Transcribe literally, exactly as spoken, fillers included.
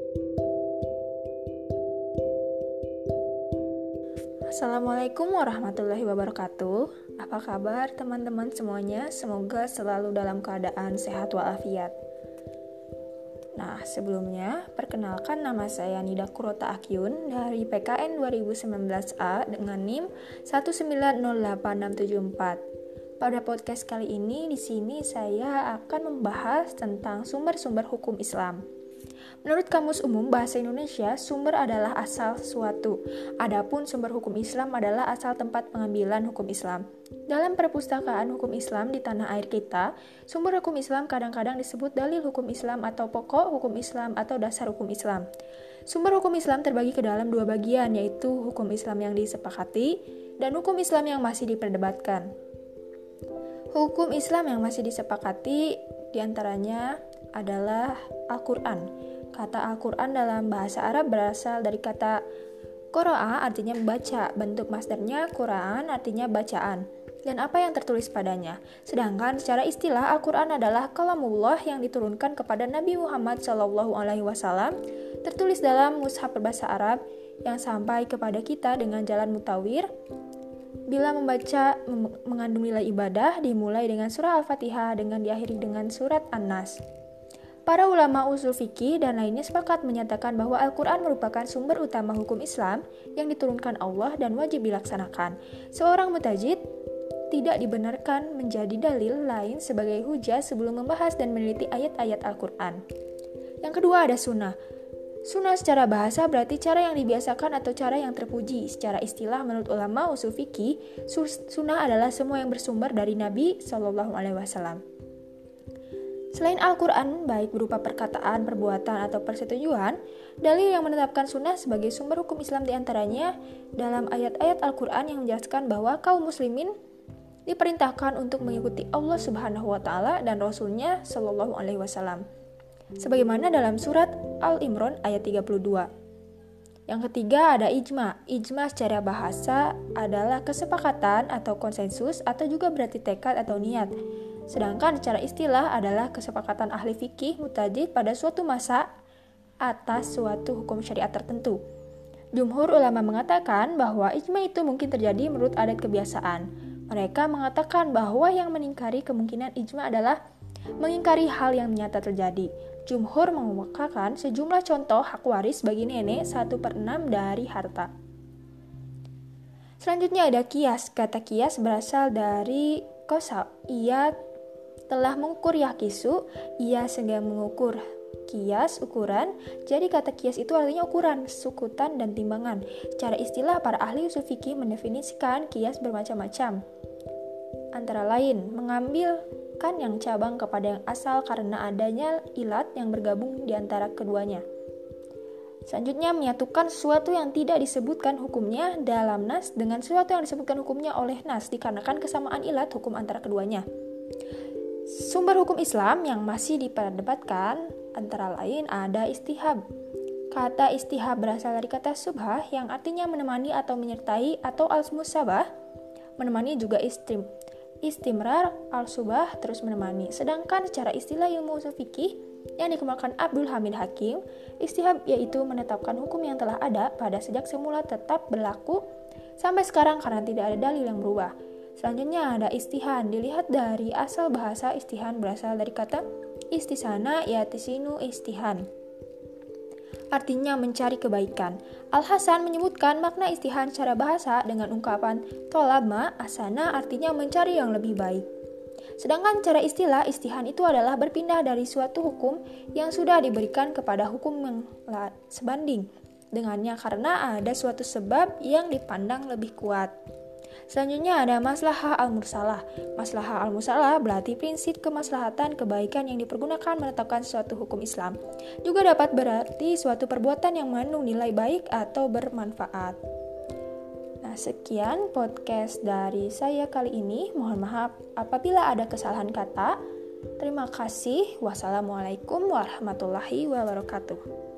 Assalamualaikum warahmatullahi wabarakatuh. Apa kabar teman-teman semuanya? Semoga selalu dalam keadaan sehat walafiat. Nah, sebelumnya perkenalkan nama saya Nida Kurota Akyun dari P K N dua ribu sembilan belas A dengan N I M satu sembilan nol delapan enam tujuh empat. Pada podcast kali ini di sini saya akan membahas tentang sumber-sumber hukum Islam. Menurut Kamus Umum Bahasa Indonesia, sumber adalah asal sesuatu. Adapun sumber hukum Islam adalah asal tempat pengambilan hukum Islam. Dalam perpustakaan hukum Islam di tanah air kita, sumber hukum Islam kadang-kadang disebut dalil hukum Islam atau pokok hukum Islam atau dasar hukum Islam. Sumber hukum Islam terbagi ke dalam dua bagian, yaitu hukum Islam yang disepakati dan hukum Islam yang masih diperdebatkan. Hukum Islam yang masih disepakati diantaranya adalah Al-Quran. Kata Al-Quran dalam bahasa Arab berasal dari kata qara'a, artinya membaca. Bentuk masdarnya Quran, artinya bacaan. Dan apa yang tertulis padanya. Sedangkan secara istilah Al-Quran adalah kalamullah yang diturunkan kepada Nabi Muhammad shallallahu alaihi wasallam, tertulis dalam mushaf berbahasa Arab yang sampai kepada kita dengan jalan mutawir. Bila membaca mem- mengandung nilai ibadah, dimulai dengan surah Al-Fatihah dengan diakhiri dengan surat An-Nas. Para ulama usul fikih dan lainnya sepakat menyatakan bahwa Al-Quran merupakan sumber utama hukum Islam yang diturunkan Allah dan wajib dilaksanakan. Seorang mutajid tidak dibenarkan menjadi dalil lain sebagai hujah sebelum membahas dan meneliti ayat-ayat Al-Quran. Yang kedua ada sunnah. Sunnah secara bahasa berarti cara yang dibiasakan atau cara yang terpuji. Secara istilah menurut ulama usul fikih, sunnah adalah semua yang bersumber dari Nabi shallallahu alaihi wasallam. Selain Al-Quran, baik berupa perkataan, perbuatan, atau persetujuan, dalil yang menetapkan sunnah sebagai sumber hukum Islam diantaranya dalam ayat-ayat Al-Quran yang menjelaskan bahwa kaum muslimin diperintahkan untuk mengikuti Allah Subhanahu wa Ta'ala dan Rasul-Nya Shallallahu Alaihi Wasallam. Sebagaimana dalam surat Al-Imran ayat tiga puluh dua. Yang ketiga ada ijma. Ijma secara bahasa adalah kesepakatan atau konsensus atau juga berarti tekad atau niat. Sedangkan secara istilah adalah kesepakatan ahli fikih mutajid pada suatu masa atas suatu hukum syariat tertentu. Jumhur ulama mengatakan bahwa ijma itu mungkin terjadi menurut adat kebiasaan. Mereka mengatakan bahwa yang mengingkari kemungkinan ijma adalah mengingkari hal yang nyata terjadi. Jumhur mengemukakan sejumlah contoh hak waris bagi nenek satu per enam dari harta. Selanjutnya ada kias. Kata kias berasal dari kosa. Ia telah mengukur yakisu, ia sedang mengukur kias, ukuran. Jadi kata kias itu artinya ukuran, sukutan, dan timbangan. Secara istilah para ahli usul fikih mendefinisikan kias bermacam-macam. Antara lain, mengambilkan yang cabang kepada yang asal karena adanya ilat yang bergabung di antara keduanya. Selanjutnya, menyatukan sesuatu yang tidak disebutkan hukumnya dalam nas dengan sesuatu yang disebutkan hukumnya oleh nas dikarenakan kesamaan ilat hukum antara keduanya. Sumber hukum Islam yang masih diperdebatkan antara lain ada istihab. Kata istihab berasal dari kata subhah yang artinya menemani atau menyertai atau al-musabah, menemani juga istim. Istimrar al-subah terus menemani. Sedangkan secara istilah ilmu usul fikih yang dikemukakan Abdul Hamid Hakim, istihab yaitu menetapkan hukum yang telah ada pada sejak semula tetap berlaku sampai sekarang karena tidak ada dalil yang berubah. Selanjutnya ada istihan. Dilihat dari asal bahasa, istihan berasal dari kata istisana yatisinu istihan, artinya mencari kebaikan. Al-Hasan menyebutkan makna istihan secara bahasa dengan ungkapan tolabma asana, artinya mencari yang lebih baik. Sedangkan secara istilah, istihan itu adalah berpindah dari suatu hukum yang sudah diberikan kepada hukum yang sebanding dengannya karena ada suatu sebab yang dipandang lebih kuat. Selanjutnya ada maslahah al-mursalah. Maslahah al-mursalah berarti prinsip kemaslahatan kebaikan yang dipergunakan menetapkan suatu hukum Islam. Juga dapat berarti suatu perbuatan yang mengandung nilai baik atau bermanfaat. Nah, sekian podcast dari saya kali ini. Mohon maaf apabila ada kesalahan kata. Terima kasih. Wassalamualaikum warahmatullahi wabarakatuh.